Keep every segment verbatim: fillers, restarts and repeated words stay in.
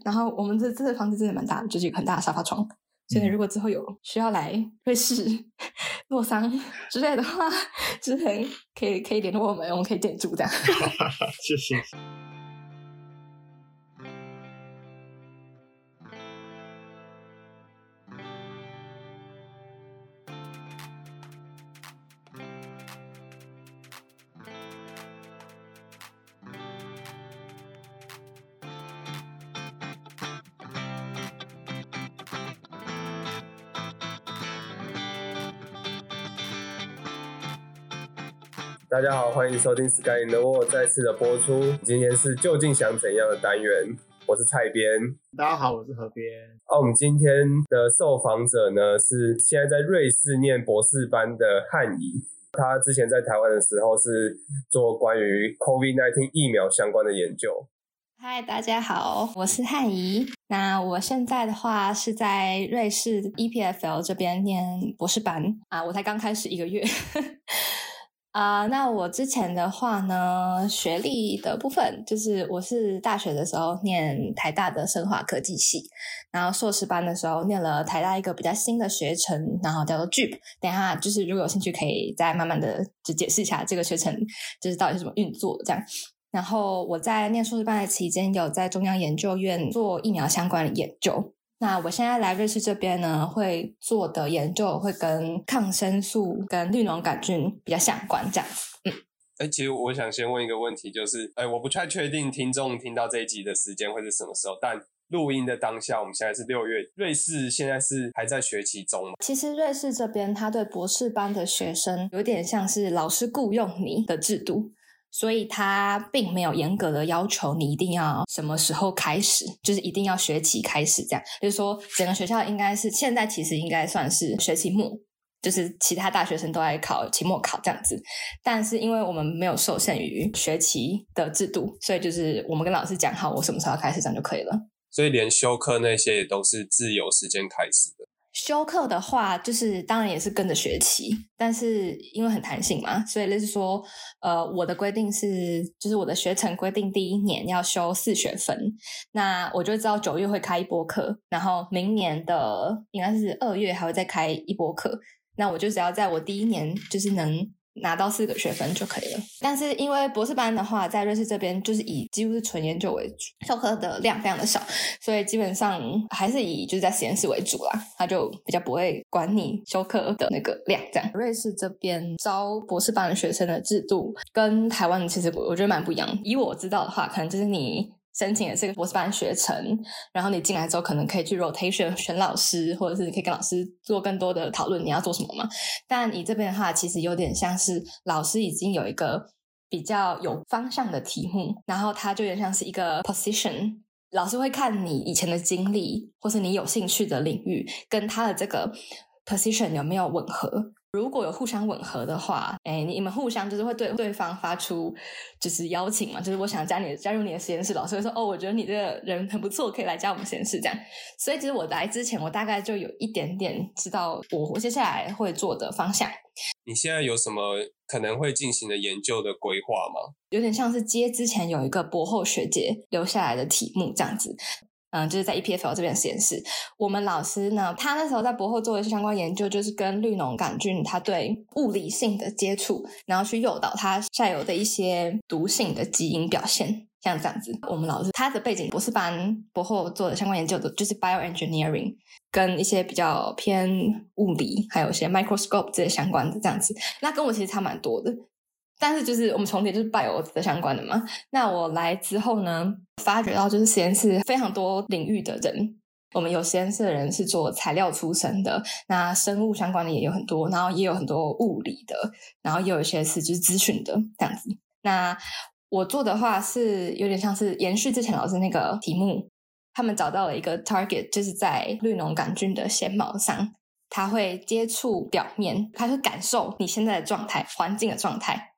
然后我们这这个房子真的蛮大的，就是一个很大的沙发床，所以如果之后有需要来瑞士、洛桑之类的话，之前可以可以联络我们，我们可以借住这样。 谢谢。大家好，欢迎收听 Sky in the World 再次的播出。今天是究竟想怎样的单元，我是蔡编。 大家好，我是何编。 啊，我们今天的受访者呢是现在在瑞士念博士班的汉仪，他之前在台湾的时候是做关于 COVID 十九 疫苗相关的研究。 嗨，大家好，我是汉仪。那我现在的话是在瑞士 E P F L 这边念博士班啊，我才刚开始一个月。啊、uh, 那我之前的话呢，学历的部分就是我是大学的时候念台大的生化科技系，然后硕士班的时候念了台大一个比较新的学程，然后叫做 J U P。 等一下就是如果有兴趣可以再慢慢的就解释一下这个学程就是到底是怎么运作的这样。然后我在念硕士班的期间有在中央研究院做疫苗相关的研究。那我现在来瑞士这边呢，会做的研究会跟抗生素跟绿脓杆菌比较相关这样子。嗯， 欸，其实我想先问一个问题，就是欸，我不太确定听众听到这一集的时间会是什么时候，但录音的当下我们现在是六月，瑞士现在是还在学期中吗？ 其实瑞士这边他对博士班的学生有点像是老师雇用你的制度，所以他并没有严格的要求你一定要什么时候开始，就是一定要学期开始这样。就是说整个学校应该是现在其实应该算是学期末，就是其他大学生都在考期末考这样子，但是因为我们没有受限于学期的制度，所以就是我们跟老师讲好我什么时候要开始这样就可以了。 所以连修课那些也都是自由时间开始的。 修课的话就是当然也是跟着学期，但是因为很弹性嘛，所以类似说呃，我的规定是就是我的学程规定第一年要修四学分，那我就知道九月会开一波课，然后明年的应该是二月还会再开一波课，那我就只要在我第一年就是能拿到四个学分就可以了。但是因为博士班的话在瑞士这边就是以几乎是纯研究为主，授课的量非常的少，所以基本上还是以就是在实验室为主啦，他就比较不会管你修课的那个量这样。瑞士这边招博士班的学生的制度跟台湾其实我觉得蛮不一样，以我知道的话可能就是你申请的这个博士班学程，然后你进来之后可能可以去 rotation 选老师，或者是你可以跟老师做更多的讨论你要做什么嘛。但你这边的话其实有点像是老师已经有一个比较有方向的题目，然后它就有点像是一个 position， 老师会看你以前的经历或是你有兴趣的领域跟他的这个 position 有没有吻合。如果有互相吻合的话，诶你们互相就是会对对方发出就是邀请嘛，就是我想加你加入你的实验室，老师会说哦，我觉得你这个人很不错，可以来加我们实验室这样。所以其实我来之前我大概就有一点点知道我我接下来会做的方向。 你现在有什么可能会进行的研究的规划吗？ 有点像是接之前有一个博后学姐留下来的题目这样子。嗯，就是在 E P F L 这边的实验室，我们老师呢，他那时候在博后做的相关研究，就是跟绿脓杆菌它对物理性的接触，然后去诱导它下游的一些毒性的基因表现，像这样子。我们老师他的背景，博士班博后做的相关研究的就是 bioengineering， 跟一些比较偏物理，还有一些 microscope 这些相关的这样子。那跟我其实差蛮多的。但是就是我们重叠就是 bio 的相关的嘛。那我来之后呢，发觉到就是实验室非常多领域的人，我们有实验室的人是做材料出身的，那生物相关的也有很多，然后也有很多物理的，然后也有一些是就是资讯的这样子。那我做的话是有点像是延续之前老师那个题目，他们找到了一个 target， 就是在绿脓杆菌的纤毛上，它会接触表面，它会感受你现在的状态，环境的状态，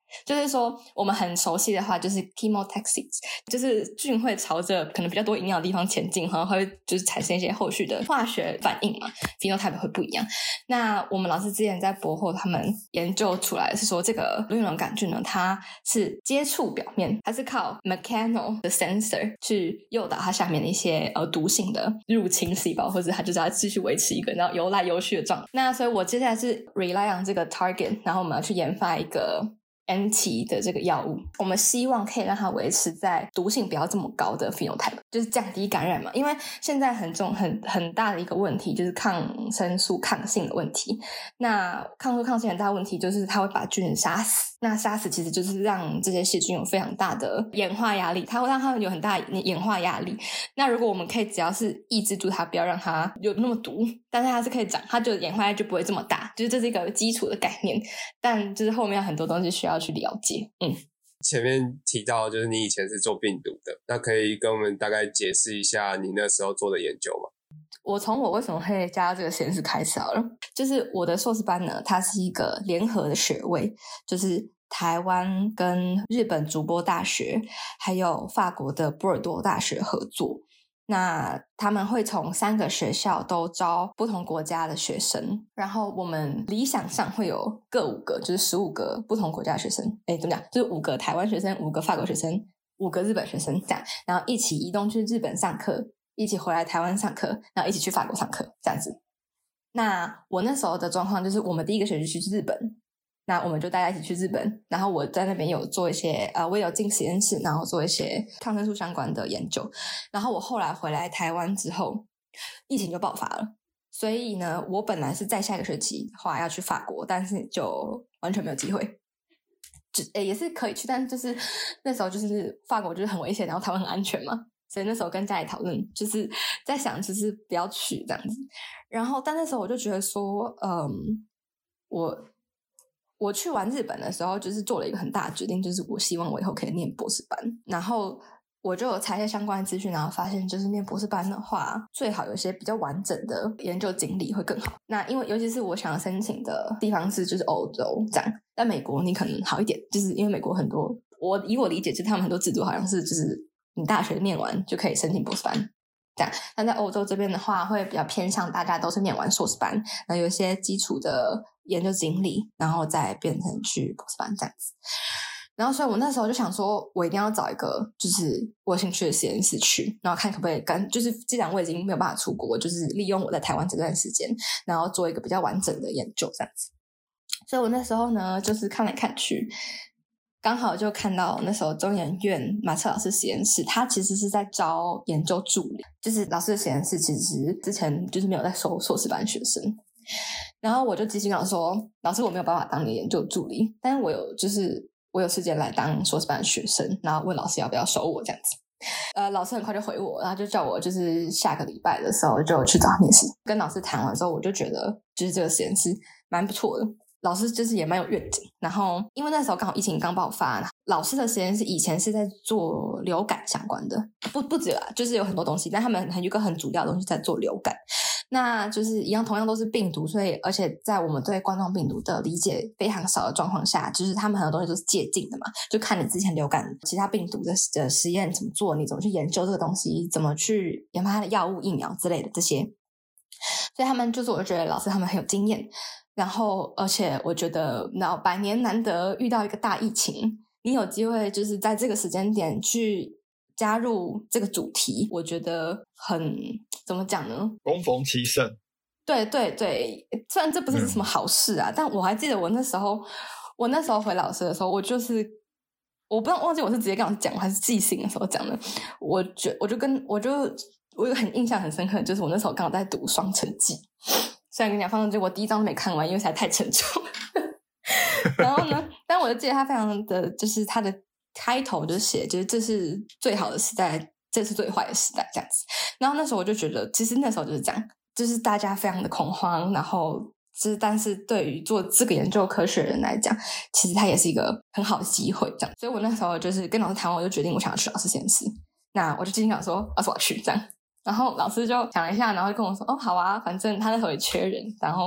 就是说我们很熟悉的话就是 chemotaxis， 就是菌会朝着可能比较多营养的地方前进，然后会就是产生一些后续的化学反应嘛， phenotype 会不一样。那我们老师之前在博后他们研究出来的是说，这个轮圆杆菌呢，它是接触表面，它是靠 mechano 的 sensor 去诱导它下面的一些呃毒性的入侵细胞，或者它就是要继续维持一个然后游来游去的状态。那所以我接下来是 rely on 这个 target， 然后我们要去研发一个anti 的这个药物，我们希望可以让它维持在毒性不要这么高的 phenotype， 就是降低感染嘛。因为现在很重很很大的一个问题就是抗生素抗性的问题。那抗生素抗性很大的问题就是它会把菌杀死，那杀死其实就是让这些细菌有非常大的演化压力，它会让它们有很大的演化压力。那如果我们可以只要是抑制住它，不要让它有那么毒，但是它是可以长，它就演化压力就不会这么大，就是这是一个基础的概念。但就是后面很多东西需要去了解。嗯， 前面提到就是你以前是做病毒的，那可以跟我们大概解释一下你那时候做的研究吗？ 我从我为什么会加入这个实验室开始好了。就是我的硕士班呢，它是一个联合的学位，就是台湾跟日本筑波大学还有法国的波尔多大学合作。那他们会从三个学校都招不同国家的学生，然后我们理想上会有各五个，就是十五个不同国家的学生。诶，怎么讲？就是五个台湾学生，五个法国学生，五个日本学生这样，然后一起移动去日本上课，一起回来台湾上课，然后一起去法国上课这样子。那我那时候的状况就是我们第一个学期去日本，那我们就大家一起去日本，然后我在那边有做一些呃，我有进实验室，然后做一些抗生素相关的研究。然后我后来回来台湾之后，疫情就爆发了，所以呢，我本来是在下一个学期的话要去法国，但是就完全没有机会。就诶也是可以去，但就是那时候就是法国就是很危险，然后台湾很安全嘛，所以那时候跟家里讨论，就是在想就是不要去这样子。然后但那时候我就觉得说，嗯，我我去完日本的时候，就是做了一个很大的决定，就是我希望我以后可以念博士班。然后我就有查一些相关的资讯，然后发现就是念博士班的话，最好有一些比较完整的研究经历会更好。那因为尤其是我想要申请的地方是就是欧洲这样，但美国你可能好一点，就是因为美国很多，我以我理解，就是他们很多制度好像是就是你大学念完就可以申请博士班这样。但在欧洲这边的话，会比较偏向大家都是念完硕士班，然后有一些基础的研究经历，然后再变成去博士班这样子。然后所以我那时候就想说，我一定要找一个就是我有兴趣的实验室去，然后看可不可以跟就是既然我已经没有办法出国，就是利用我在台湾这段时间，然后做一个比较完整的研究这样子。所以我那时候呢，就是看来看去，刚好就看到那时候中研院马彻老师实验室，他其实是在招研究助理，就是老师的实验室其实之前就是没有在收硕士班学生。然后我就积极跟老师说，老师我没有办法当你的研究助理，但是我有就是我有时间来当硕士班的学生，然后问老师要不要收我这样子。呃，老师很快就回我，然后就叫我就是下个礼拜的时候就去找面试。跟老师谈完之后，我就觉得就是这个实验室蛮不错的，老师就是也蛮有愿景。然后因为那时候刚好疫情刚爆发，老师的实验室以前是在做流感相关的，不不止啦，就是有很多东西，但他们有一个很主要的东西在做流感。那就是一样，同样都是病毒，所以而且在我们对冠状病毒的理解非常少的状况下，就是他们很多东西都是借鉴的嘛，就看你之前流感其他病毒的的实验怎么做，你怎么去研究这个东西，怎么去研发它的药物、疫苗之类的这些。所以他们就是我觉得老师他们很有经验，然后而且我觉得那百年难得遇到一个大疫情，你有机会就是在这个时间点去加入这个主题，我觉得很怎么讲呢？ 恭逢其盛。 对对对，虽然这不是什么好事啊，嗯、但我还记得我那时候，我那时候回老师的时候，我就是我不知道忘记我是直接跟老师讲，还是即兴的时候讲的。我就我就跟我就我有很印象很深刻，就是我那时候刚好在读《双城记》，虽然跟你讲《双城记》，我第一章都没看完，因为实在太沉重。然后呢，但我就记得他非常的就是他的开头就写，就是这是最好的时代，这是最坏的时代这样子。然后那时候我就觉得，其实那时候就是这样，就是大家非常的恐慌，然后就是但是对于做这个研究科学的人来讲，其实它也是一个很好的机会这样。所以我那时候就是跟老师谈完，我就决定我想要去老师实验室。那我就经常说，老师我要去这样。然后老师就想了一下，然后就跟我说，哦好啊，反正他那时候也缺人，然后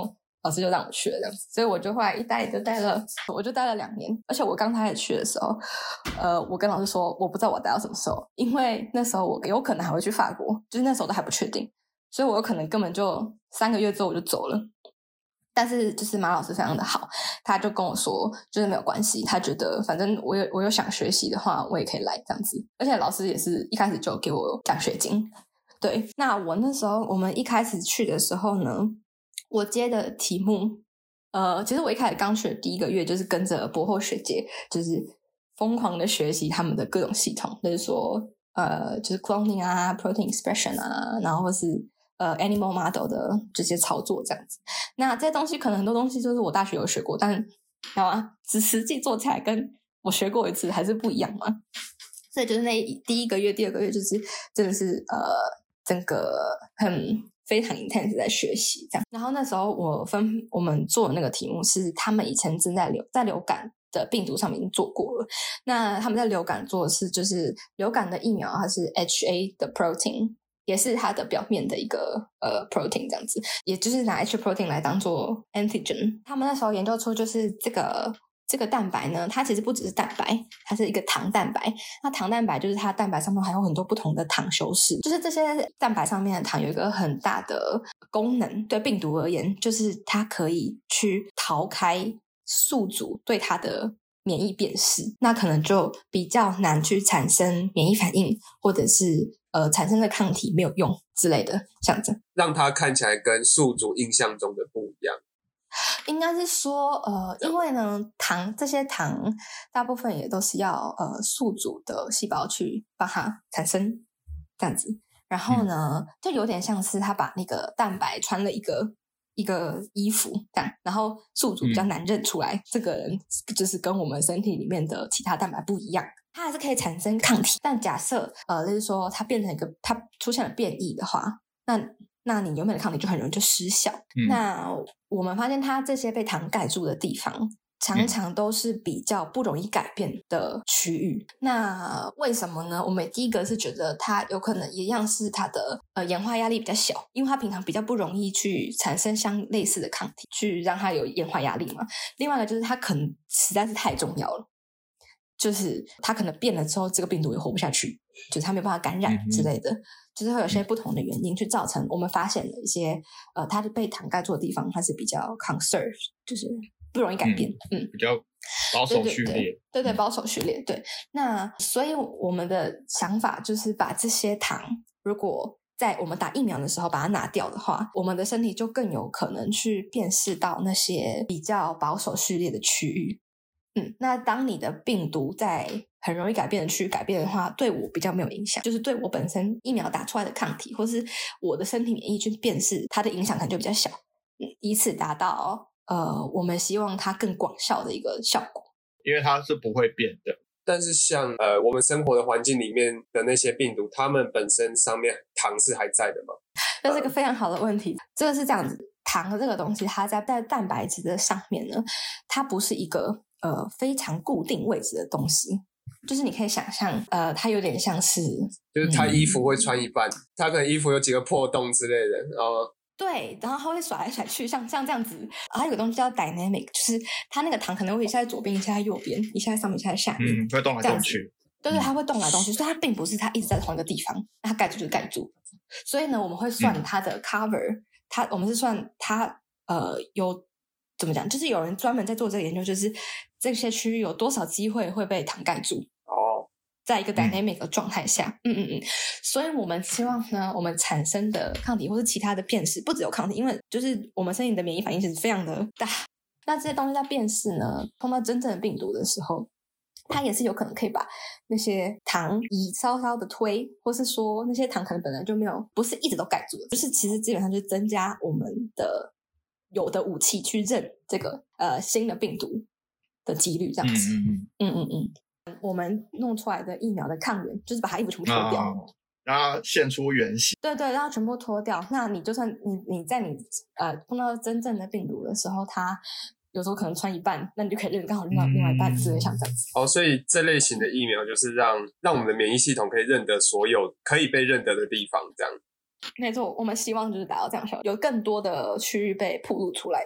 老师就让我去了这样子，所以我就后来一待就待了，我就待了两年。而且我刚开始去的时候，呃，我跟老师说我不知道我待到什么时候，因为那时候我有可能还会去法国，就是那时候都还不确定，所以我有可能根本就三个月之后我就走了。但是就是马老师非常的好，他就跟我说就是没有关系，他觉得反正我有我有想学习的话我也可以来这样子，而且老师也是一开始就给我奖学金。对，那我那时候我们一开始去的时候呢，我接的题目呃，其实我一开始刚去的第一个月就是跟着博后学姐就是疯狂的学习他们的各种系统，就是说呃，就是 cloning 啊 protein expression 啊，然后或是呃 animal model 的这些操作这样子。那这些东西可能很多东西就是我大学有学过，但好啊，只实际做起来跟我学过一次还是不一样嘛。所以就是那第一个月第二个月就是真的是呃整个很非常 intense 在学习这样。然后那时候我分我们做的那个题目是他们以前正在流在流感的病毒上面已经做过了，那他们在流感做的是就是流感的疫苗它是 H A 的 protein， 也是它的表面的一个呃 protein 这样子，也就是拿 H protein 来当做 antigen。他们那时候研究出就是这个这个蛋白呢，它其实不只是蛋白，它是一个糖蛋白。那糖蛋白就是它蛋白上面还有很多不同的糖修饰，就是这些蛋白上面的糖有一个很大的功能，对病毒而言，就是它可以去逃开宿主对它的免疫辨识，那可能就比较难去产生免疫反应，或者是呃产生的抗体没有用之类的，这样子， 让它看起来跟宿主印象中的不一样。 应该是说呃，因为呢糖这些糖大部分也都是要呃宿主的细胞去帮它产生这样子，然后呢、嗯、就有点像是他把那个蛋白穿了一个一个衣服这样，然后宿主比较难认出来、嗯、这个人就是跟我们身体里面的其他蛋白不一样，它还是可以产生抗体。但假设呃就是说它变成一个它出现了变异的话，那那你原本的抗体就很容易就失效、嗯、那我们发现它这些被糖盖住的地方常常都是比较不容易改变的区域、嗯、那为什么呢？我们第一个是觉得它有可能一样是它的呃演化压力比较小，因为它平常比较不容易去产生相类似的抗体去让它有演化压力嘛。另外一个就是它可能实在是太重要了，就是它可能变了之后这个病毒也活不下去，就是它没有办法感染之类的、嗯、就是会有些不同的原因去造成我们发现的一些呃它被糖盖住的地方它是比较 conserve， 就是不容易改变， 嗯, 嗯， 比较保守序列， 对对对，对对保守序列，对。那所以我们的想法就是把这些糖如果在我们打疫苗的时候把它拿掉的话，我们的身体就更有可能去辨识到那些比较保守序列的区域。嗯，那当你的病毒在很容易改变的区域改变的话，对我比较没有影响，就是对我本身疫苗打出来的抗体或是我的身体免疫去辨识它的影响可能就比较小，嗯，以此达到呃我们希望它更广效的一个效果， 因为它是不会变的。 但是像呃我们生活的环境里面的那些病毒，它们本身上面糖是还在的吗？ 这是一个非常好的问题。这个是这样子，糖的这个东西它在在蛋白质的上面呢，它不是一个呃非常固定位置的东西，就是你可以想象呃它有点像是就是它衣服会穿一半、嗯、它可能衣服有几个破洞之类的，然后对，然后它会甩来甩去，像像这样子。还有个东西叫 dynamic， 就是它那个糖可能会一下在左边，一下在右边，一下在上面，一下在下面， 嗯，会动来动去。 对对，它会动来动去、嗯、所以它并不是它一直在同一个地方，它盖住就盖住。所以呢，我们会算它的 cover，、嗯、它我们是算它呃有怎么讲，就是有人专门在做这个研究，就是这些区域有多少机会会被糖盖住。 哦， 在一个 dynamic 的状态下，嗯嗯嗯，所以我们希望呢，我们产生的抗体或是其他的辨识，不只有抗体，因为就是我们身体的免疫反应其实非常的大。那这些东西在辨识呢，碰到真正的病毒的时候，它也是有可能可以把那些糖以稍稍的推，或是说那些糖可能本来就没有，不是一直都盖住的，就是其实基本上就是增加我们的有的武器去认这个呃新的病毒的几率，这样子。嗯嗯嗯嗯。我们弄出来的疫苗的抗原，就是把它衣服全部脱掉， 哦、然后现出原形。 对对，让它全部脱掉。那你就算你你在你呃碰到真正的病毒的时候，它有时候可能穿一半，那你就可以认刚好认到另外一半，之类像这样子。 哦，所以这类型的疫苗就是让让我们的免疫系统可以认得所有可以被认得的地方，这样。 没错，我们希望就是达到这样效果，有更多的区域被暴露出来。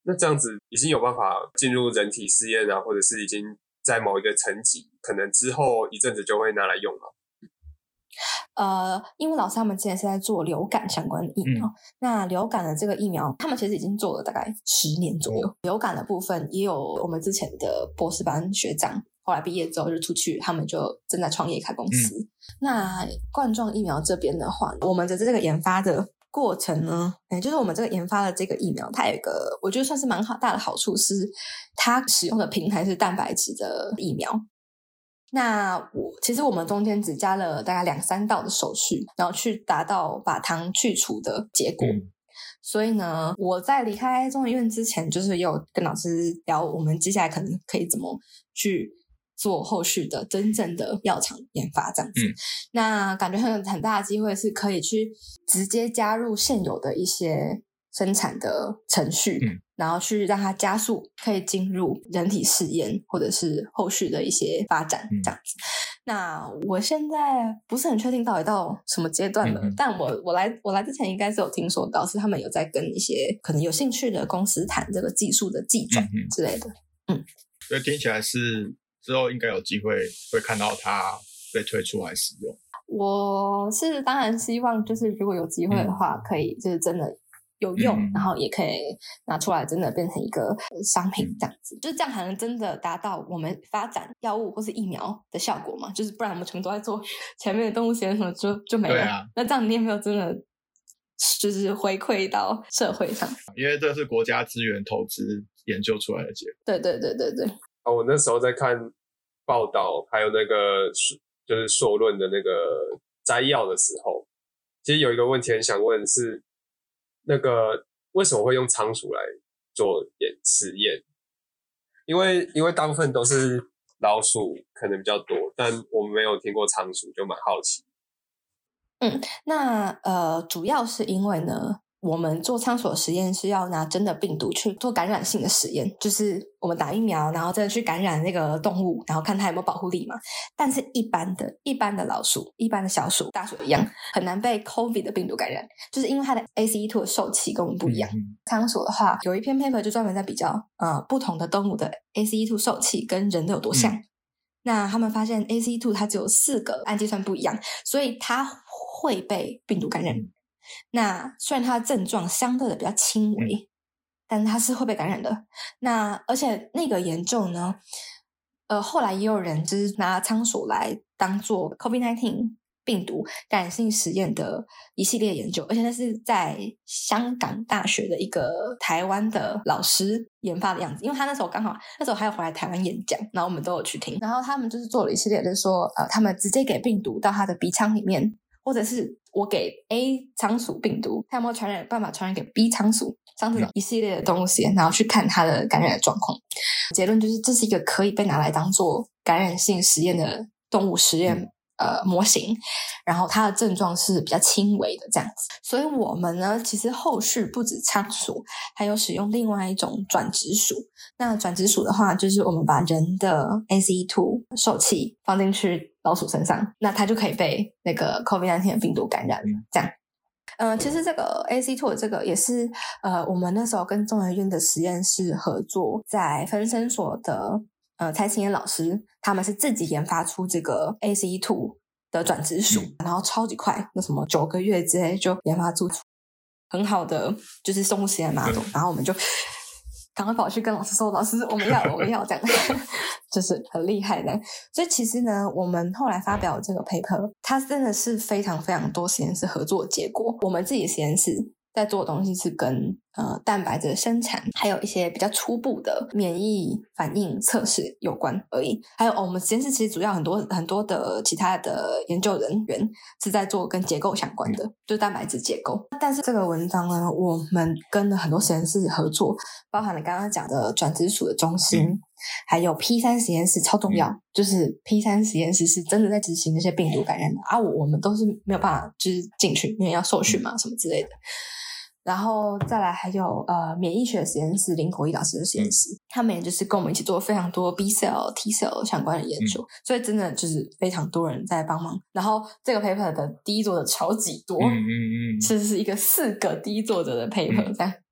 那这样子已经有办法进入人体试验啊，或者是已经在某一个层级，可能之后一阵子就会拿来用了。 呃，因为老师他们之前是在做流感相关的疫苗，嗯、那流感的这个疫苗，他们其实已经做了大概十年左右。嗯、流感的部分也有我们之前的博士班学长，后来毕业之后就出去，他们就正在创业开公司。嗯、那冠状疫苗这边的话，我们的这个研发的过程呢，嗯，就是我们这个研发的这个疫苗，它有一个我觉得算是蛮好大的好处是，它使用的平台是蛋白质的疫苗。那我其实我们中间只加了大概两三道的手续，然后去达到把糖去除的结果。嗯、所以呢，我在离开中研院之前，就是有跟老师聊，我们接下来可能可以怎么去做后续的真正的药厂研发这样子。嗯、那感觉很很大的机会是可以去直接加入现有的一些生产的程序。嗯然后去让它加速，可以进入人体试验或者是后续的一些发展这样子。嗯、那我现在不是很确定到底到什么阶段了，嗯、但我我来我来之前应该是有听说到，是他们有在跟一些可能有兴趣的公司谈这个技术的技转之类的。嗯，嗯所以听起来是之后应该有机会会看到它被推出来使用。 我是当然希望，就是如果有机会的话，嗯、可以就是真的。有用，嗯、然后也可以拿出来，真的变成一个商品这样子，就是这样才能真的达到我们发展药物或是疫苗的效果嘛。就是不然我们全都在做前面的动物实验什么就就没了。啊、那这样你也没有真的就是回馈到社会上， 因为这是国家资源投资研究出来的结果。 对对对对对。 啊，我那时候在看报道，还有那个就是硕论的那个摘要的时候，其实有一个问题很想问是。那个为什么会用仓鼠来做演实验？因为因为大部分都是老鼠可能比较多，但我们没有听过仓鼠，就蛮好奇。 嗯，那呃，主要是因为呢，我们做仓鼠的实验是要拿真的病毒去做感染性的实验，就是我们打疫苗，然后真的去感染那个动物，然后看它有没有保护力嘛。但是一般的一般的老鼠、一般的小鼠、大鼠一样，很难被 COVID 的病毒感染，就是因为它的 A C E 二 的受器跟我们不一样。嗯、仓鼠的话，有一篇 paper 就专门在比较呃不同的动物的 A C E 二 受器跟人的有多像。嗯、那他们发现 A C E 二 它只有四个氨基酸不一样，所以它会被病毒感染。嗯那虽然它的症状相对的比较轻微，嗯、但它是会被感染的。那而且那个研究呢，呃，后来也有人就是拿仓鼠来当做 COVID 十九 病毒感染性实验的一系列研究，而且那是在香港大学的一个台湾的老师研发的样子。因为他那时候刚好那时候还有回来台湾演讲，然后我们都有去听。然后他们就是做了一系列，就是说，呃，他们直接给病毒到他的鼻腔里面。或者是我给 A 仓鼠病毒，它有没有传染办法传染给 B 仓鼠，像这种一系列的东西，然后去看它的感染的状况。结论就是这是一个可以被拿来当做感染性实验的动物实验、嗯、呃模型，然后它的症状是比较轻微的这样子。所以我们呢，其实后续不止仓鼠，还有使用另外一种转殖鼠。那转殖鼠的话，就是我们把人的 A C E 二 受器放进去老鼠身上，那它就可以被那个 COVID 十九 的病毒感染了。这样，呃，其实这个 A C E 二 这个也是呃，我们那时候跟中研院的实验室合作，在分生所的呃蔡清妍老师，他们是自己研发出这个 A C E 二 的转殖鼠，嗯、然后超级快，那什么九个月之内就研发出很好的就是动物实验 model，、嗯、然后我们就。赶快跑去跟老师说，老师我们要我们要这样，就是很厉害的。所以其实呢，我们后来发表这个 paper， 它真的是非常非常多实验室合作的结果。我们自己实验室在做的东西是跟呃蛋白质的生产，还有一些比较初步的免疫反应测试有关而已。还有、哦、我们实验室其实主要很多很多的其他的研究人员是在做跟结构相关的，就是蛋白质结构。但是这个文章呢，我们跟了很多实验室合作，包含了刚刚讲的转殖鼠的中心，嗯、还有 P 三 实验室超重要，嗯、就是 P 三 实验室是真的在执行那些病毒感染的啊，我我们都是没有办法就是进去，因为要受训嘛、嗯、什么之类的。然后再来还有呃免疫学实验室林国义老师的实验室，嗯、他们也就是跟我们一起做非常多 B cell、T cell 相关的研究，嗯、所以真的就是非常多人在帮忙。然后这个 paper 的第一作者超级多，嗯嗯嗯，这是一个四个第一作者的 paper，、嗯、这样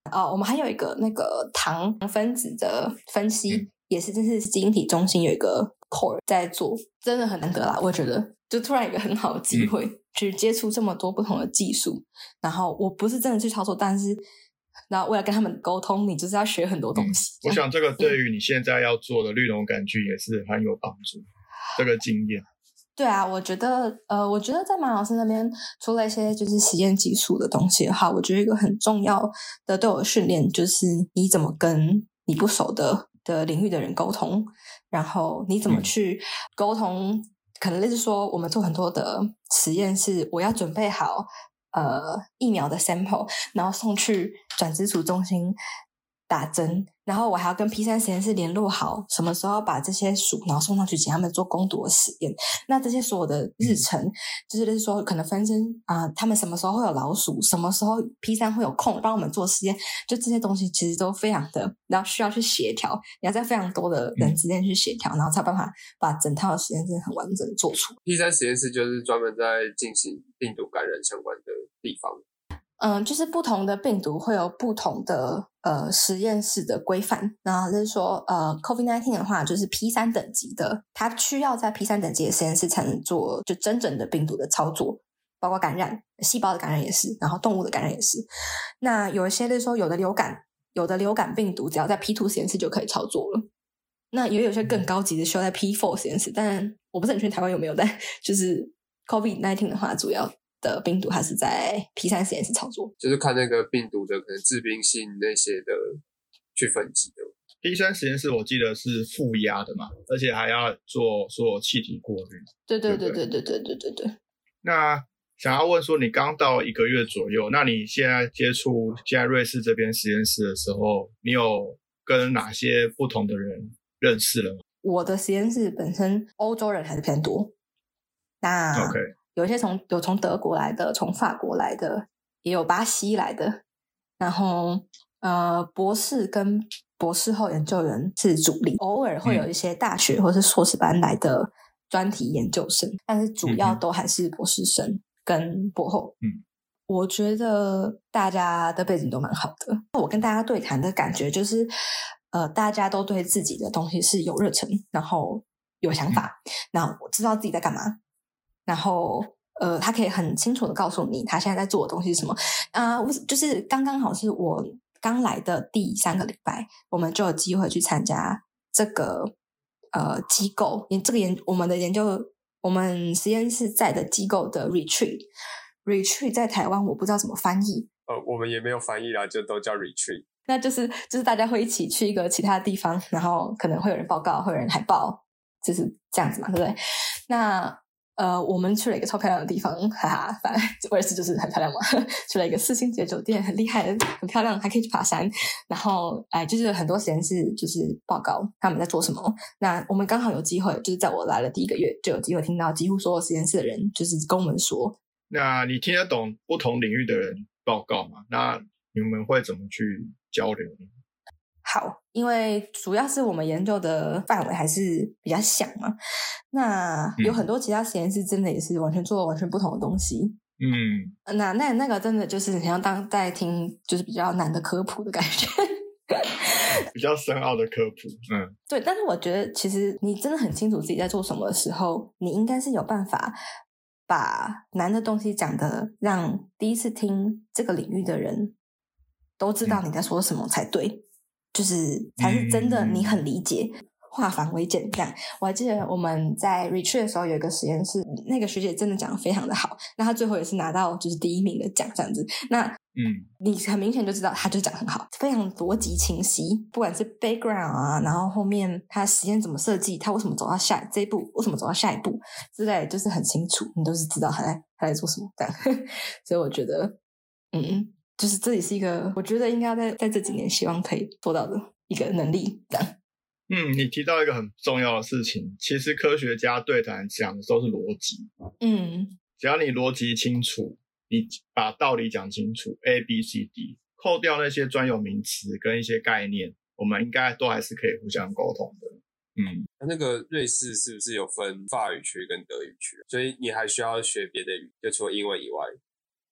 哦，我们还有一个那个糖分子的分析， 嗯、 也是这是基因体中心有一个 core 在做，真的很难得啦，我觉得就突然有一个很好的机会、嗯、去接触这么多不同的技术，然后我不是真的去操作，但是然后为了跟他们沟通，你就是要学很多东西、 嗯、我想这个对于你现在要做的绿农杆菌也是很有帮助、嗯、这个经验。 对啊，我觉得呃，我觉得在马老师那边除了一些就是实验技术的东西的话，我觉得一个很重要的对我的训练就是你怎么跟你不熟的的领域的人沟通，然后你怎么去沟通、嗯、可能类似说我们做很多的实验是我要准备好呃疫苗的 sample， 然后送去转殖组中心打针，然后我还要跟 P 三 实验室联络好什么时候要把这些鼠然后送上去请他们做攻毒的实验。那这些所有的日程就是类似说可能分身啊、呃，他们什么时候会有老鼠，什么时候 P 三 会有空帮我们做实验，就这些东西其实都非常的然后需要去协调，你要在非常多的人之间去协调、嗯、然后才有办法把整套的实验真的很完整的做出。 P 三 实验室就是专门在进行病毒感染相关的地方。 嗯，就是不同的病毒会有不同的呃实验室的规范。那就是说呃 COVID 十九 的话就是 P 三 等级的，它需要在 P 三 等级的实验室才能做就真正的病毒的操作，包括感染细胞的感染也是，然后动物的感染也是。那有一些就是说有的流感有的流感病毒只要在 P 二 实验室就可以操作了，那也有些更高级的需要在 P 四 实验室，但我不是很确定台湾有没有，但就是 COVID 十九 的话主要的病毒还是在 P 三 实验室操作， 就是看那个病毒的可能致病性那些的去分级的。 P 三 实验室我记得是负压的嘛，而且还要做做气体过滤。 对对对对对对对对对。 那想要问说，你刚到一个月左右，那你现在接触现在瑞士这边实验室的时候，你有跟哪些不同的人认识了吗？ 我的实验室本身欧洲人还是偏多，那 OK。 有一些从有从德国来的，从法国来的，也有巴西来的，然后呃，博士跟博士后研究员是主力，偶尔会有一些大学或是硕士班来的专题研究生，但是主要都还是博士生跟博后。 嗯， 我觉得大家的背景都蛮好的，我跟大家对谈的感觉就是呃，大家都对自己的东西是有热忱，然后有想法，然后我知道自己在干嘛，然后呃，他可以很清楚的告诉你他现在在做的东西是什么啊、呃。就是刚刚好是我刚来的第三个礼拜，我们就有机会去参加这个呃机构这个研我们的研究我们实验室在的机构的 retreat retreat 在台湾我不知道怎么翻译， 呃，我们也没有翻译啦，就都叫 retreat。 那就是就是大家会一起去一个其他地方，然后可能会有人报告，会有人海报，就是这样子嘛，对不对？那呃，我们去了一个超漂亮的地方，哈哈，反正我也是就是很漂亮嘛，去了一个四星级酒店，很厉害，很漂亮，还可以去爬山。然后哎，就是很多实验室就是报告他们在做什么。那我们刚好有机会，就是在我来了第一个月就有机会听到几乎所有实验室的人就是跟我们说。 那你听得懂不同领域的人报告吗？那你们会怎么去交流呢？ 好，因为主要是我们研究的范围还是比较小嘛，那有很多其他实验室真的也是完全做完全不同的东西。 嗯， 那那那个真的就是很像当在听就是比较难的科普的感觉。 比较深奥的科普。嗯， 对，但是我觉得其实你真的很清楚自己在做什么的时候，你应该是有办法把难的东西讲的让第一次听这个领域的人都知道你在说什么才对、嗯、就是才是真的你很理解、嗯、化繁为简这样。我还记得我们在 retreat 的时候有一个实验室，那个学姐真的讲得非常的好，那她最后也是拿到就是第一名的奖这样子。那嗯， 你很明显就知道她就讲很好，非常逻辑清晰，不管是 background 啊，然后后面她实验怎么设计，她为什么走到下这一步，为什么走到下一步之类，就是很清楚，你都是知道她在她在做什么这样。所以我觉得嗯，就是这也是一个我觉得应该在在这几年希望可以做到的一个能力这样。 嗯，你提到一个很重要的事情，其实科学家对谈讲的都是逻辑。 嗯， 只要你逻辑清楚，你把道理讲清楚 A B C D， 扣掉那些专有名词跟一些概念，我们应该都还是可以互相沟通的。嗯， 那个瑞士是不是有分法语区跟德语区？所以你还需要学别的语，就除了英文以外？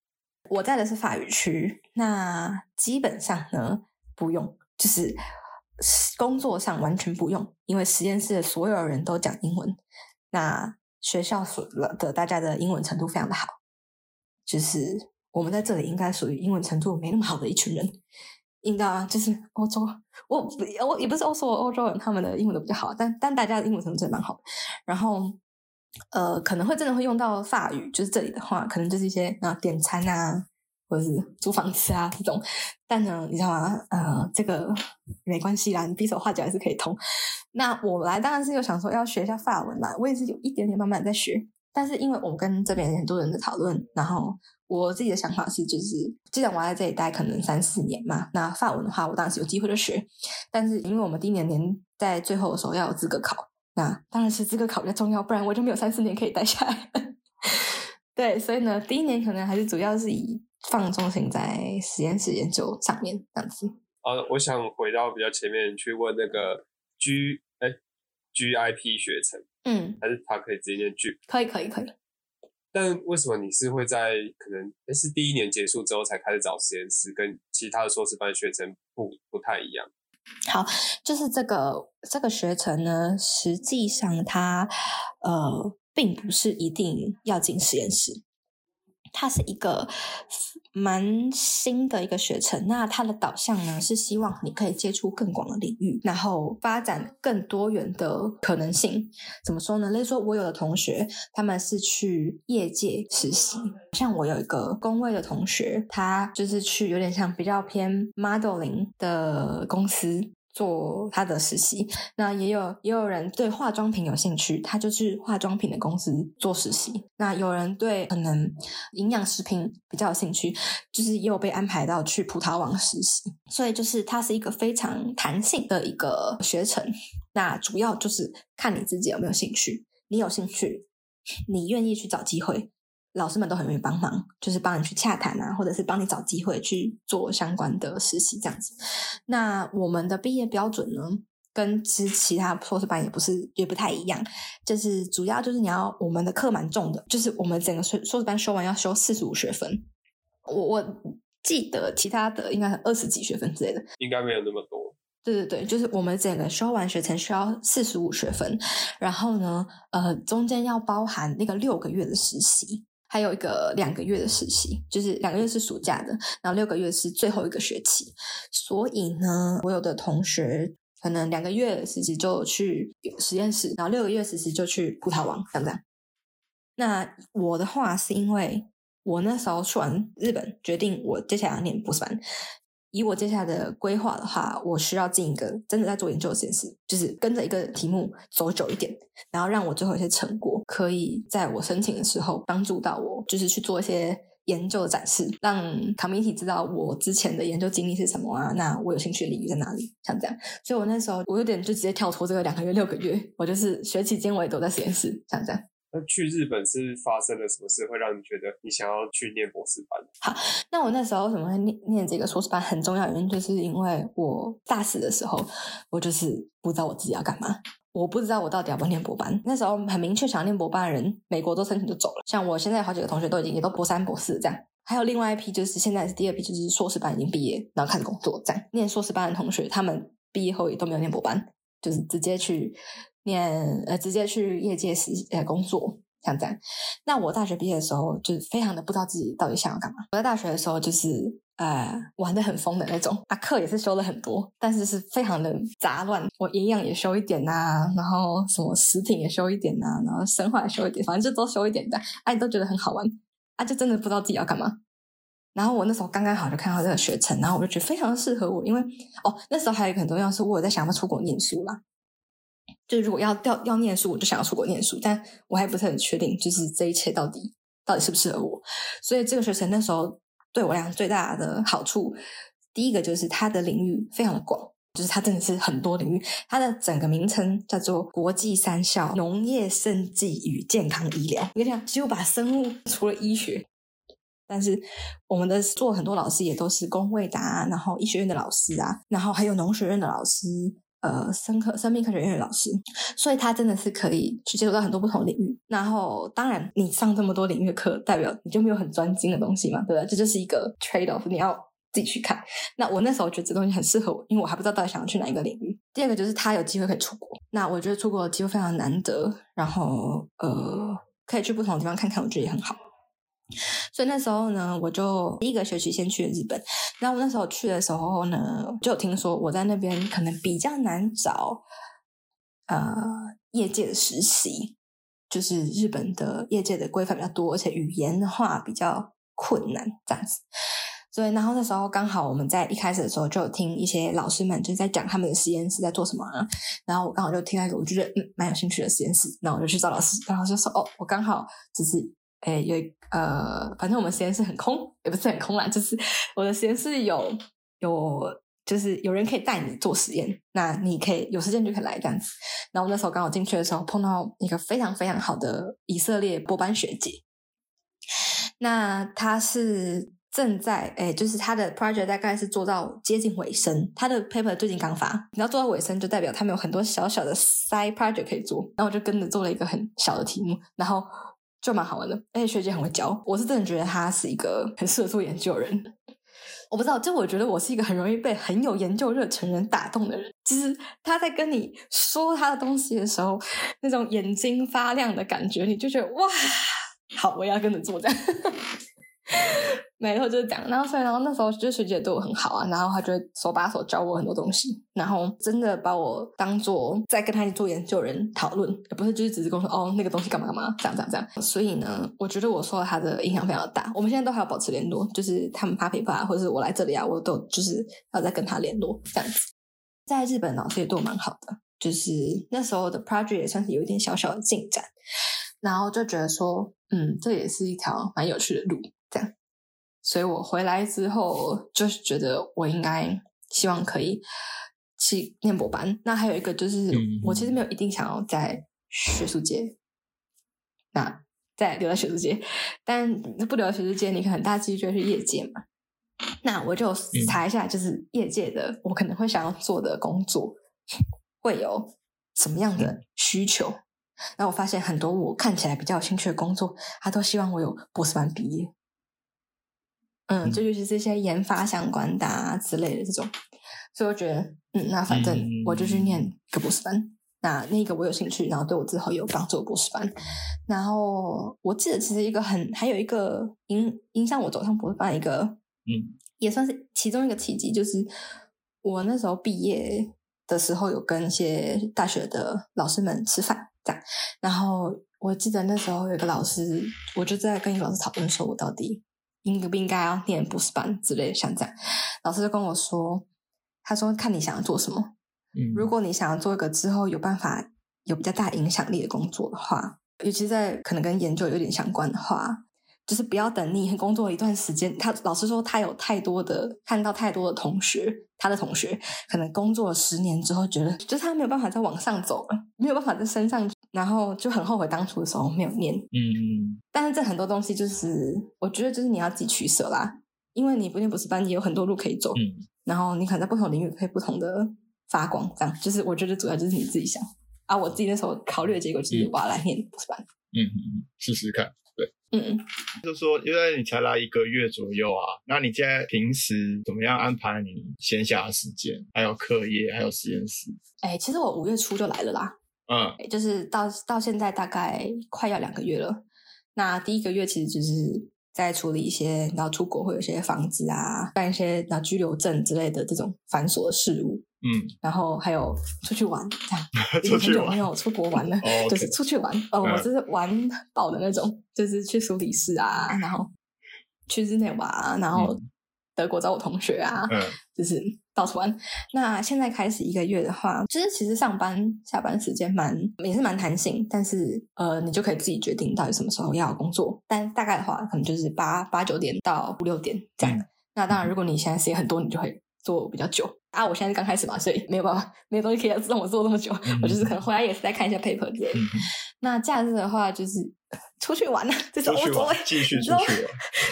我在的是法语区，那基本上呢不用，就是工作上完全不用，因为实验室的所有人都讲英文。那学校的大家的英文程度非常的好，就是我们在这里应该属于英文程度没那么好的一群人。应该啊，就是欧洲，我我也不是欧洲欧洲人，他们的英文都比较好，但但大家的英文程度真的蛮好的。然后呃，可能会真的会用到法语，就是这里的话，可能就是一些啊点餐啊，或者是租房子啊这种。但呢，你知道吗？呃，这个没关系啦，你比手画脚还是可以通。那我来当然是有想说要学一下法文啦，我也是有一点点慢慢在学。但是因为我跟这边很多人的讨论，然后我自己的想法是，就是既然我要在这里待可能三四年嘛，那法文的话我当然是有机会就学。但是因为我们第一年年在最后的时候要有资格考，那当然是资格考比较重要，不然我就没有三四年可以待下来。对，所以呢第一年可能还是主要是以放重心在实验室研究上面这样子。 呃，我想回到比较前面去问那个 G 哎 G I P 学程， 嗯， 还是他可以直接念 G？ 可以可以可以。 但为什么你是会在可能是第一年结束之后才开始找实验室，跟其他的硕士班学程不不太一样？ 好，就是这个这个学程呢，实际上它呃并不是一定要进实验室，它是一个蛮新的一个学程。那它的导向呢是希望你可以接触更广的领域，然后发展更多元的可能性。怎么说呢？例如说我有的同学他们是去业界实习，像我有一个工位的同学，他就是去有点像比较偏 modeling 的公司做他的实习。那也有也有人对化妆品有兴趣，他就去化妆品的公司做实习。那有人对可能营养食品比较有兴趣，就是也有被安排到去葡萄网实习。所以就是它是一个非常弹性的一个学程，那主要就是看你自己有没有兴趣。你有兴趣，你愿意去找机会，老师们都很愿意帮忙，就是帮你去洽谈啊，或者是帮你找机会去做相关的实习这样子。那我们的毕业标准呢，跟其其他硕士班也不是也不太一样，就是主要就是你要我们的课蛮重的，就是我们整个硕士班修完要修四十五学分。我我记得其他的应该是二十几学分之类的， 应该没有那么多。 对对对，就是我们整个修完学程需要四十五学分，然后呢，呃，中间要包含那个六个月的实习。还有一个两个月的实习，就是两个月是暑假的，然后六个月是最后一个学期。所以呢，我有的同学可能两个月实习就去实验室，然后六个月实习就去葡萄网，这样这样。那我的话是因为我那时候去完日本，决定我接下来要念博士班。以我接下来的规划的话，我需要进一个真的在做研究的实验室，就是跟着一个题目走久一点，然后让我最后一些成果可以在我申请的时候帮助到我，就是去做一些研究的展示，让 community 知道我之前的研究经历是什么啊，那我有兴趣的领域在哪里，像这样。所以我那时候我有点就直接跳脱这个两个月六个月，我就是学期间我也都在实验室，像这样。 那去日本是发生了什么事会让你觉得你想要去念博士班？ 好，那我那时候为什么会念念这个硕士班，很重要的原因就是因为我大四的时候，我就是不知道我自己要干嘛，我不知道我到底要不要念博班。那时候很明确想要念博班的人，美国都申请就走了，像我现在有好几个同学都已经也都博三博四这样。还有另外一批就是现在是第二批，就是硕士班已经毕业，然后开始工作这样。念硕士班的同学，他们毕业后也都没有念博班，就是直接去念呃，直接去业界实呃工作。像这样。那我大学毕业的时候就是非常的不知道自己到底想要干嘛。我在大学的时候就是呃玩得很疯的那种啊，课也是修了很多，但是是非常的杂乱。我营养也修一点啊，然后什么食品也修一点啊，然后生化也修一点，反正就都修一点的，啊你都觉得很好玩啊，就真的不知道自己要干嘛。然后我那时候刚刚好就看到这个学程，然后我就觉得非常适合我，因为哦那时候还有一个很重要的是我有在想要出国念书啦。就如果要要要念书，我就想要出国念书，但我还不是很确定，就是这一切到底到底适不适合我。所以这个学程那时候对我来讲最大的好处，第一个就是它的领域非常的广，就是它真的是很多领域。它的整个名称叫做国际三校农业生技与健康医疗。我跟你讲，几乎把生物除了医学，但是我们的做很多老师也都是公卫的啊，然后医学院的老师啊，然后还有农学院的老师。 呃生科生命科学院的老师，所以他真的是可以去接触到很多不同领域。然后当然你上这么多领域的课，代表你就没有很专精的东西嘛，对不对？这就是一个 trade off， 你要自己去看。那我那时候觉得这东西很适合我，因为我还不知道到底想要去哪一个领域。第二个就是他有机会可以出国，那我觉得出国的机会非常难得，然后呃可以去不同的地方看看，我觉得也很好。所以那时候呢，我就第一个学期先去了日本。然后我那时候去的时候呢，就有听说我在那边可能比较难找呃业界的实习，就是日本的业界的规范比较多，而且语言的话比较困难这样子。所以然后那时候刚好我们在一开始的时候就有听一些老师们就在讲他们的实验室在做什么啊，然后我刚好就听到一个我就觉得嗯蛮有兴趣的实验室，然后我就去找老师，然后就说哦我刚好就是诶有呃反正我们实验室很空，也不是很空啦，就是我的实验室有有就是有人可以带你做实验，那你可以有时间就可以来这样子。然后那时候刚好进去的时候碰到一个非常非常好的以色列博班学姐，那她是正在诶，就是他的 project 大概是做到接近尾声，他的 paper 最近刚发，你知道做到尾声就代表他们有很多小小的 side project 可以做，然后我就跟着做了一个很小的题目，然后就蛮好玩的，而且学姐很会教，我是真的觉得他是一个很适合做研究的人。我不知道，就我觉得我是一个很容易被很有研究热忱人打动的人，就是他在跟你说他的东西的时候，那种眼睛发亮的感觉，你就觉得哇，好，我要跟着做这样。没错，就是这样。然后所以然后那时候就学姐对我很好啊，然后她就会手把手教我很多东西，然后真的把我当做在跟她一起做研究人讨论，也不是就是只是跟我说哦那个东西干嘛干嘛这样这样这样。所以呢我觉得我受到她的影响非常大，我们现在都还有保持联络，就是他们发 paper 啊或者是我来这里啊，我都就是要再跟她联络这样子。在日本老师也对我蛮好的，就是那时候的 project 也算是有一点小小的进展，然后就觉得说嗯这也是一条蛮有趣的路这样。所以我回来之后就是觉得我应该希望可以去念博班。那还有一个就是我其实没有一定想要在学术界，那再留在学术界，但不留在学术界你可能很大几率就会去业界嘛。那我就查一下就是业界的我可能会想要做的工作会有什么样的需求，然后我发现很多我看起来比较有兴趣的工作他都希望我有博士班毕业，嗯，就尤其是一些研发相关的啊之类的这种，所以我觉得，嗯，那反正我就去念一个博士班，嗯、那那个我有兴趣，然后对我之后有帮助的博士班。然后我记得其实一个很，还有一个影影响我走上博士班一个，嗯，也算是其中一个契机，就是我那时候毕业的时候有跟一些大学的老师们吃饭，这样，然后我记得那时候有一个老师，我就在跟一个老师讨论说，我到底应不应该要念博士班之类的，像这样，老师就跟我说，他说看你想要做什么，嗯，如果你想要做一个之后有办法有比较大影响力的工作的话，尤其在可能跟研究有点相关的话，就是不要等你工作了一段时间，他老师说他有太多的看到太多的同学，他的同学可能工作了十年之后觉得就是他没有办法再往上走了，没有办法再升上去，然后就很后悔当初的时候没有念。嗯，但是这很多东西就是我觉得就是你要自己取舍啦，因为你不念博士班也有很多路可以走，嗯，然后你可能在不同领域可以不同的发光，这样就是我觉得主要就是你自己想啊。我自己那时候考虑的结果就是我要来念博士班， 嗯嗯，试试看。对，嗯，就是说，因为你才来一个月左右啊，那你现在平时怎么样安排你闲暇的时间，还有课业，还有实验室？ 哎，其实我五月初就来了啦，嗯，就是到到现在大概快要两个月了。那第一个月其实就是在处理一些，然后出国会有一些房子啊，办一些然后居留证之类的这种繁琐的事务。嗯，然后还有出去玩，这样已经很久没有出国玩了，哦 okay. 就是出去玩哦，嗯、我就是玩爆的那种，就是去苏黎世啊，然后去日内瓦啊，然后德国找我同学啊，嗯、就是到处玩。那现在开始一个月的话，就是其实上班下班时间蛮也是蛮弹性，但是呃，你就可以自己决定到底什么时候要工作，但大概的话可能就是八八九点到五六点这样。嗯、那当然，如果你现在时间很多，你就会做比较久啊。我现在是刚开始嘛，所以没有办法，没有东西可以让我做这么久。嗯、我就是可能回来也是在看一下 paper 之类的。嗯、那假日的话，就是出去玩啊，这种无所谓， 继续出去玩。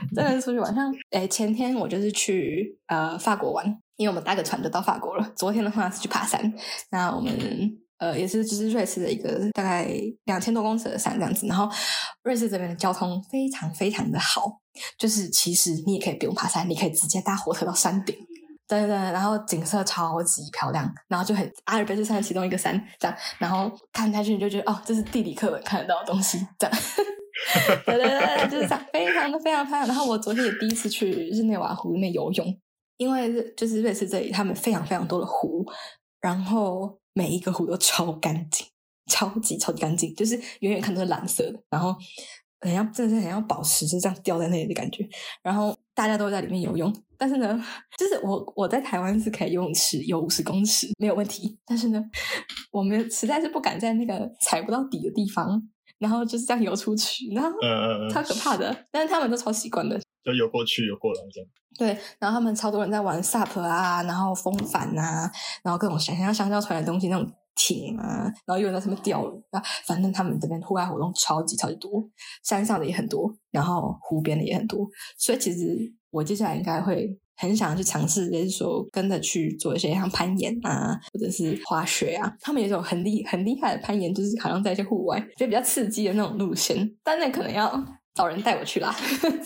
真的是出去玩。像诶前天我就是去呃法国玩，因为我们搭个船就到法国了。昨天的话是去爬山，那我们呃也是就是瑞士的一个大概两千多公尺的山这样子。然后瑞士这边的交通非常非常的好，就是其实你也可以不用爬山，你可以直接搭火车到山顶。对对对，然后景色超级漂亮，然后就很阿尔卑斯山的其中一个山这样，然后看下去你就觉得哦，这是地理课本看得到的东西这样。对对对，就是这样，非常的非常漂亮。然后我昨天也第一次去日内瓦湖里面游泳，因为就是瑞士这里他们非常非常多的湖，然后每一个湖都超干净，超级超级干净，就是远远看都是蓝色的，然后很像真的是很像宝石就这样掉在那里的感觉。然后大家都在里面游泳，但是呢，就是我我在台湾是可以游泳池游五十公尺没有问题，但是呢，我们实在是不敢在那个踩不到底的地方，然后就是这样游出去，然后嗯超可怕的。但是他们都超习惯的， 就游过去游过来这样。 对，然后他们超多人在玩 S U P 啊，然后风帆啊，然后各种想象香蕉船的东西那种艇啊，然后有人在上面钓鱼啊，反正他们这边户外活动超级超级多，山上的也很多，然后湖边的也很多，所以其实我接下来应该会很想去尝试，就是说跟着去做一些像攀岩啊，或者是滑雪啊。他们有一种很厉很厉害的攀岩，就是好像在一些户外，就比较刺激的那种路线，但那可能要找人带我去啦。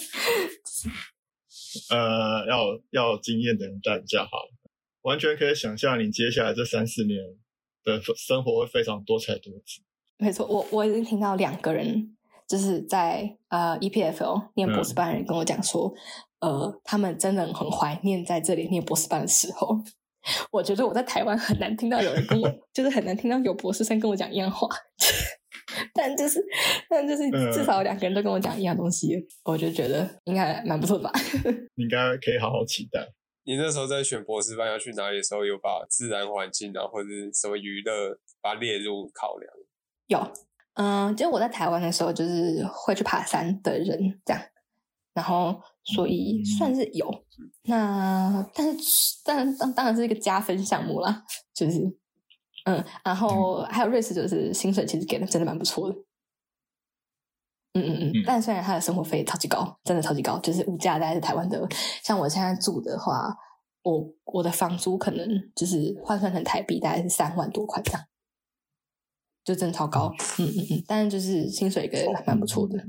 呃，要要有经验的人带比较好，完全可以想象你接下来这三四年的生活会非常多彩多姿。 没错，我我已经听到两个人就是在呃 E P F L 念博士班的人跟我讲说，嗯、呃，他们真的很怀念在这里念博士班的时候。我觉得我在台湾很难听到有人跟我，就是很难听到有博士生跟我讲一样话。但就是，但就是至少有两个人都跟我讲一样东西，嗯、我就觉得应该蛮不错的吧。 你应该可以好好期待。 你那时候在选博士班要去哪里的时候，有把自然环境啊，或者是什么娱乐，把它列入考量？ 有，嗯，就我在台湾的时候，就是会去爬山的人这样，然后所以算是有。嗯、那但是，但当当然是一个加分项目啦，就是。嗯，然后还有瑞士，就是薪水其实给的真的蛮不错的。嗯嗯嗯，但虽然他的生活费超级高，真的超级高，就是物价大概是台湾的，像我现在住的话，我我的房租可能就是换算成台币大概是三万多块这样，就真的超高。嗯嗯嗯，但是就是薪水给的蛮不错的。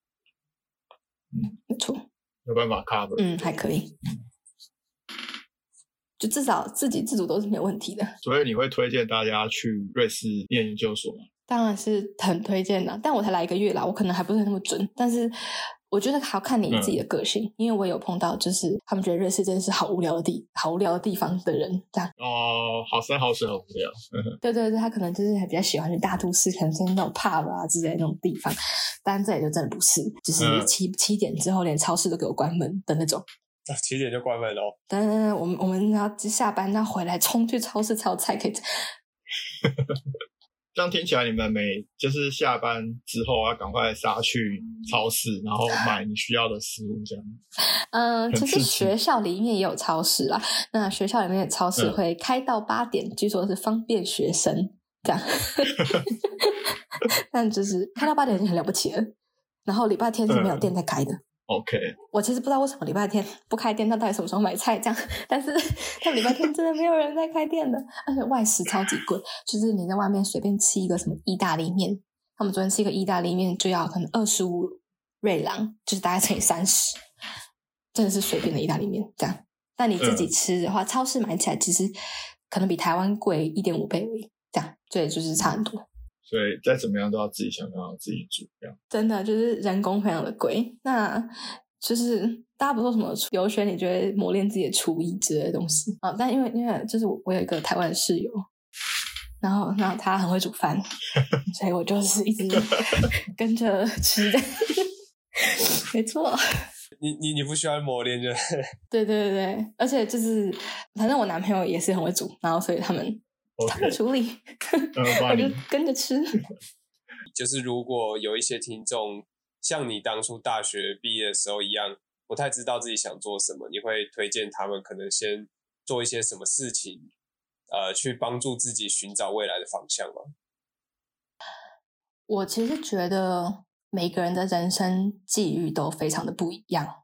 嗯，没错， 有办法 cover。 嗯，还可以。就至少自给自足都是没有问题的。 所以你会推荐大家去瑞士念研究所吗？ 当然是很推荐的，但我才来一个月啦，我可能还不是那么准，但是我觉得还要看你自己的个性，嗯、因为我有碰到就是他们觉得瑞士真的是好无聊的地好无聊的地方的人这样。 哦，好山好水好无聊。 对对对，他可能就是比较喜欢去大都市，可能是那种 pub 啊之类的那种地方，但这里就真的不是，就是七、嗯、七点之后连超市都给我关门的那种。 七点就关门了。 等等等，我们我们要下班要回来，冲去超市才有菜可以吃。 这样听起来，你们每就是下班之后要赶快杀去超市，然后买你需要的食物，这样。 嗯，其实学校里面也有超市啦。那学校里面的超市会开到八点，嗯、据说是方便学生这样。但就是开到八点已经很了不起了。然后礼拜天是没有店在开的。嗯 OK， 我其实不知道为什么礼拜天不开店，那到底什么时候买菜这样？但是他们礼拜天真的没有人在开店的，而且外食超级贵，就是你在外面随便吃一个什么意大利面，他们昨天吃一个意大利面就要可能二十五瑞郎，就是大概乘以三十，真的是随便的意大利面这样。但你自己吃的话，嗯、超市买起来其实可能比台湾贵一点五倍而已，这样，所以就是差很多。 所以再怎么样都要自己想办法自己煮，这样真的就是人工非常的贵。那就是大家不说什么留学，你觉得磨练自己的厨艺之类的东西啊？但因为因为就是我有一个台湾的室友，然后然后他很会煮饭，所以我就是一直跟着吃的。没错， 你你你不需要磨练就对对对对，而且就是反正我男朋友也是很会煮，然后所以他们。Okay. 他们处理，我就跟着吃。 就是如果有一些听众像你当初大学毕业的时候一样，不太知道自己想做什么，你会推荐他们可能先做一些什么事情，呃，去帮助自己寻找未来的方向吗？ 我其实觉得每个人的人生际遇都非常的不一样，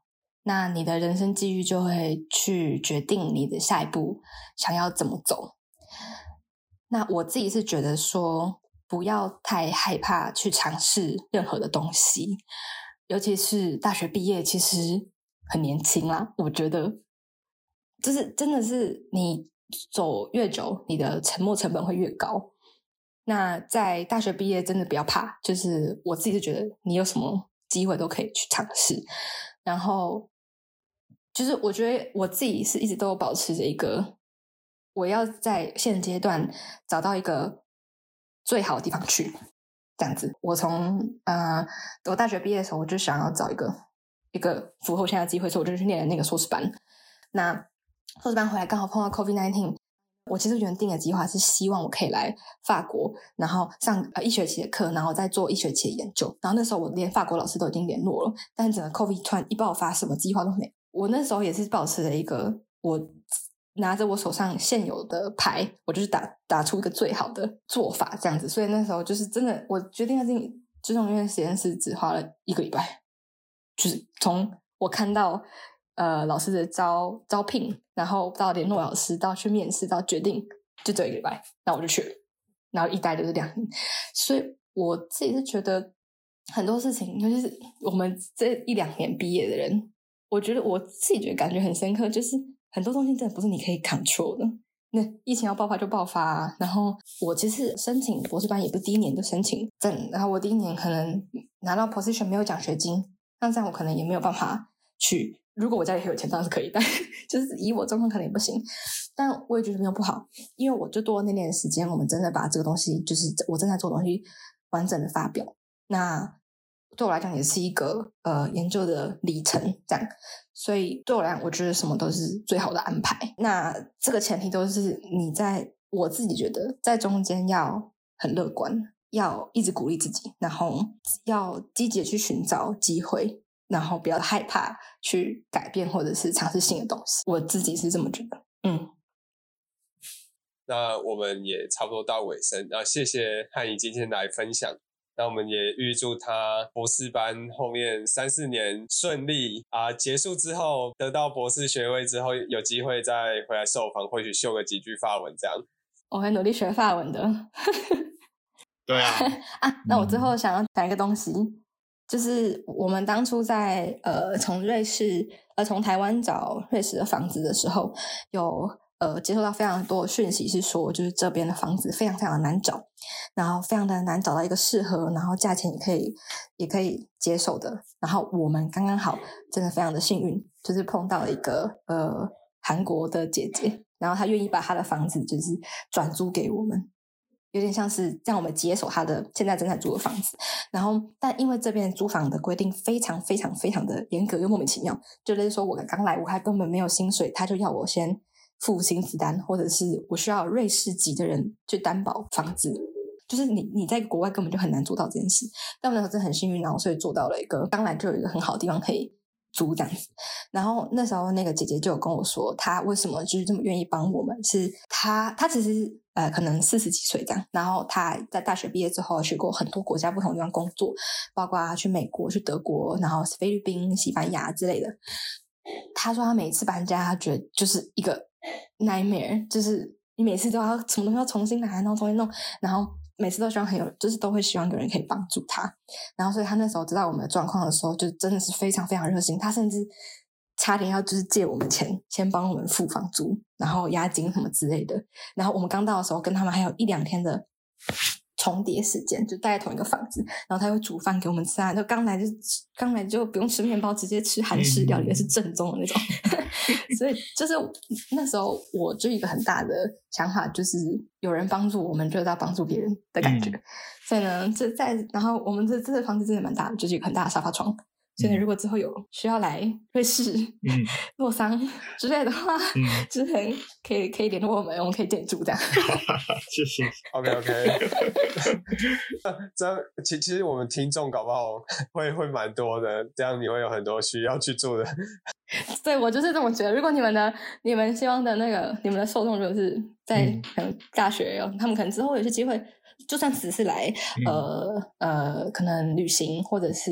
那你的人生际遇就会去决定你的下一步想要怎么走。那我自己是觉得说，不要太害怕去尝试任何的东西，尤其是大学毕业，其实很年轻啦，我觉得就是真的是你走越久，你的沉没成本会越高。那在大学毕业真的不要怕，就是我自己是觉得你有什么机会都可以去尝试。然后就是我觉得我自己是一直都有保持着一个，我要在现阶段找到一个最好的地方去，这样子。我从呃我大学毕业的时候，我就想要找一个一个符合我现在的机会，所以我就去念了那个硕士班。那硕士班回来刚好碰到 COVID 十九， 我其实原定的计划是希望我可以来法国，然后上呃一学期的课，然后再做一学期的研究。然后那时候我连法国老师都已经联络了，但整个 COVID 突然一爆发，什么计划都没有。我那时候也是保持了一个，我拿着我手上现有的牌，我就是打打出一个最好的做法这样子。所以那时候就是真的，我决定要进职场院实验室只花了一个礼拜，就是从我看到呃老师的招招聘，然后到联络老师，到去面试，到决定，就这一个礼拜，那我就去了，然后一待就是两年。所以我自己是觉得很多事情，尤其是我们这一两年毕业的人，我觉得我自己觉得感觉很深刻，就是很多东西真的不是你可以 control 的。那疫情要爆发就爆发啊，然后我其实申请博士班也不是第一年就申请证，然后我第一年可能拿到 position 没有奖学金，那这样我可能也没有办法去，如果我家里很有钱当然是可以，但就是以我状况可能也不行。但我也觉得没有不好，因为我就多了那年的时间，我们真的把这个东西，就是我正在做的东西完整的发表，那对我来讲也是一个呃研究的里程这样。所以对我来讲，我觉得什么都是最好的安排。那这个前提都是你在，我自己觉得在中间要很乐观，要一直鼓励自己，然后要积极的去寻找机会，然后不要害怕去改变或者是尝试新的东西。我自己是这么觉得。嗯， 那我们也差不多到尾声，那谢谢汉仪今天来分享。那我们也预祝他博士班后面三四年顺利啊，结束之后得到博士学位之后，有机会再回来受访，或许秀个几句法文这样。 我会努力学法文的。 对啊。 啊，那我最后想要讲一个东西，就是我们当初在呃从瑞士呃从台湾找瑞士的房子的时候，有呃接收到非常多的讯息，是说就是这边的房子非常非常的难找，然后非常的难找到一个适合，然后价钱也可以也可以接受的。然后我们刚刚好真的非常的幸运，就是碰到了一个呃韩国的姐姐，然后她愿意把她的房子就是转租给我们，有点像是让我们接手她的现在正在租的房子。然后但因为这边租房的规定非常非常非常的严格又莫名其妙，就类似说我刚来我还根本没有薪水，他就要我先付薪资单，或者是我需要瑞士籍的人去担保房子，就是你你在国外根本就很难做到这件事。但我那时候真的很幸运，然后所以做到了一个刚来就有一个很好的地方可以租这样子。然后那时候那个姐姐就有跟我说，她为什么就是这么愿意帮我们，是她她其实呃可能四十几岁这样，然后她在大学毕业之后去过很多国家不同的地方工作，包括去美国、去德国，然后菲律宾、西班牙之类的。她说她每次搬家，她觉得就是一个 nightmare， 就是你每次都要什么东西要重新来，然后重新弄，然后每次都希望很有，就是都会希望有人可以帮助他。然后所以他那时候知道我们的状况的时候，就真的是非常非常热心，他甚至差点要就是借我们钱，先帮我们付房租，然后押金什么之类的。然后我们刚到的时候，跟他们还有一两天的重叠时间，就待在同一个房子，然后他会煮饭给我们吃啊，就刚来就刚来就不用吃面包，直接吃韩式料理，也是正宗的那种。所以就是那时候我就一个很大的想法，就是有人帮助我们，就要帮助别人的感觉。嗯、所以呢，这在然后我们这这个房子真的蛮大的，就是一个很大的沙发床。所以如果之后有需要来瑞士、嗯、洛桑之类的话，嗯、就是很可以可以联络我们，我们可以建筑这样。 谢谢。 OK OK 这样其其实我们听众搞不好会会蛮多的，这样你会有很多需要去做的。 对，我就是这么觉得。如果你们的你们希望的那个你们的受众就是在可能大学、嗯、他们可能之后有些机会，就算只是来、嗯、呃呃可能旅行或者是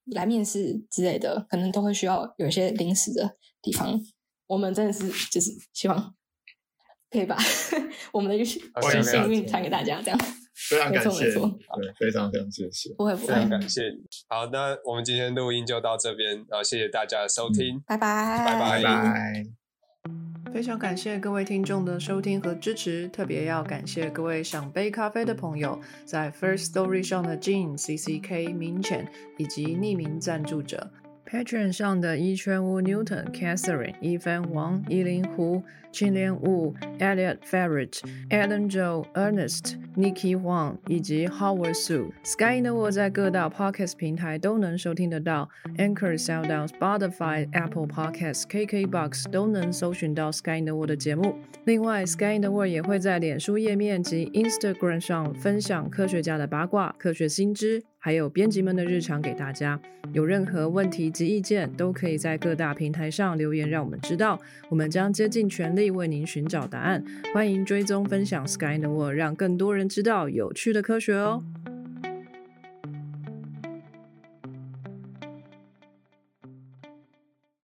来面试之类的，可能都会需要有一些临时的地方。我们真的是就是希望可以把我们的幸运传给大家，这样。 非常感谢， 没错没错， 对，非常非常谢谢， 不会不会， 非常感谢你。好，那我们今天录音就到这边，然后谢谢大家的收听， 拜拜， 拜拜拜。 非常感谢各位听众的收听和支持，特别要感谢各位想杯咖啡的朋友，在 First Story 上的 Jean、C C K、明浅以及匿名赞助者。Patreon 上的一圈屋 Newton、Catherine、一帆王、依林胡、青莲雾、Elliot Ferret、Adam Joe、Ernest、Nikki Huang 以及 Howard Su。Sky in the World 在各大 Podcast 平台都能收听得到 ，Anchor、SoundOn、Spotify、Apple Podcasts、K K Box 都能搜寻到 Sky in the World 的节目。另外 ，Sky in the World 也会在脸书页面及 Instagram 上分享科学家的八卦、科学新知，还有编辑们的日常给大家。有任何问题及意见，都可以在各大平台上留言让我们知道，我们将竭尽全力为您寻找答案。欢迎追踪分享 Sky in the World， 让更多人知道有趣的科学哦。